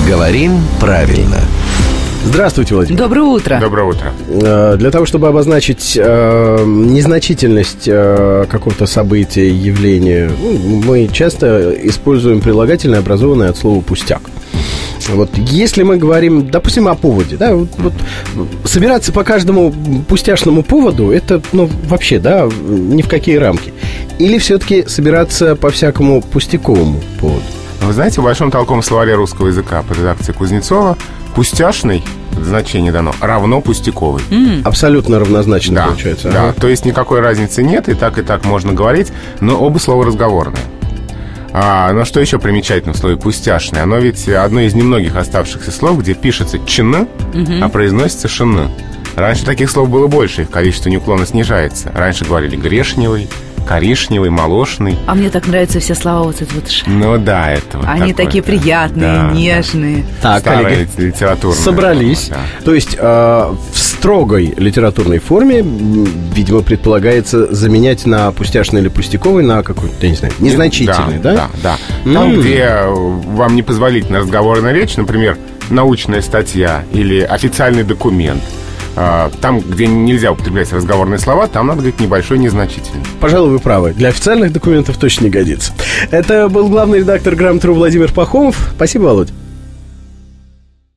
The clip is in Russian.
Говорим правильно. Здравствуйте, Владимир. Доброе утро. Доброе утро. Для того, чтобы обозначить незначительность какого-то события, явления, мы часто используем прилагательное, образованное от слова «пустяк». Вот если мы говорим, допустим, о поводе, да, вот собираться по каждому пустяшному поводу, это, вообще, да, ни в какие рамки. Или все-таки собираться по всякому пустяковому поводу? Вы знаете, в Большом толковом словаре русского языка по редакции Кузнецова пустяшный, значение дано, равно пустяковый. Абсолютно равнозначно получается. Да, то есть никакой разницы нет, и так можно говорить, но оба слова разговорные. Но что еще примечательно в слове «пустяшный»? Оно ведь одно из немногих оставшихся слов, где пишется «чн», а произносится «шн». Раньше таких слов было больше, их количество неуклонно снижается. Раньше говорили «грешневый», «коричневый», «молочный». А мне так нравятся все слова вот это вот «ш». Ну да, это вот они такое, такие приятные, нежные. Так, старая литературная. Собрались. Да. То есть в строгой литературной форме, видимо, предполагается заменять на пустяшный или пустяковый на какой-то, я не знаю, незначительный, да? Да. Там, где вам непозволительна разговорная речь, например, научная статья или официальный документ, там, где нельзя употреблять разговорные слова, там надо говорить небольшой, незначительный. Пожалуй, вы правы. Для официальных документов точно не годится. Это был главный редактор «Грамоты.ру» Владимир Пахомов. Спасибо, Володь.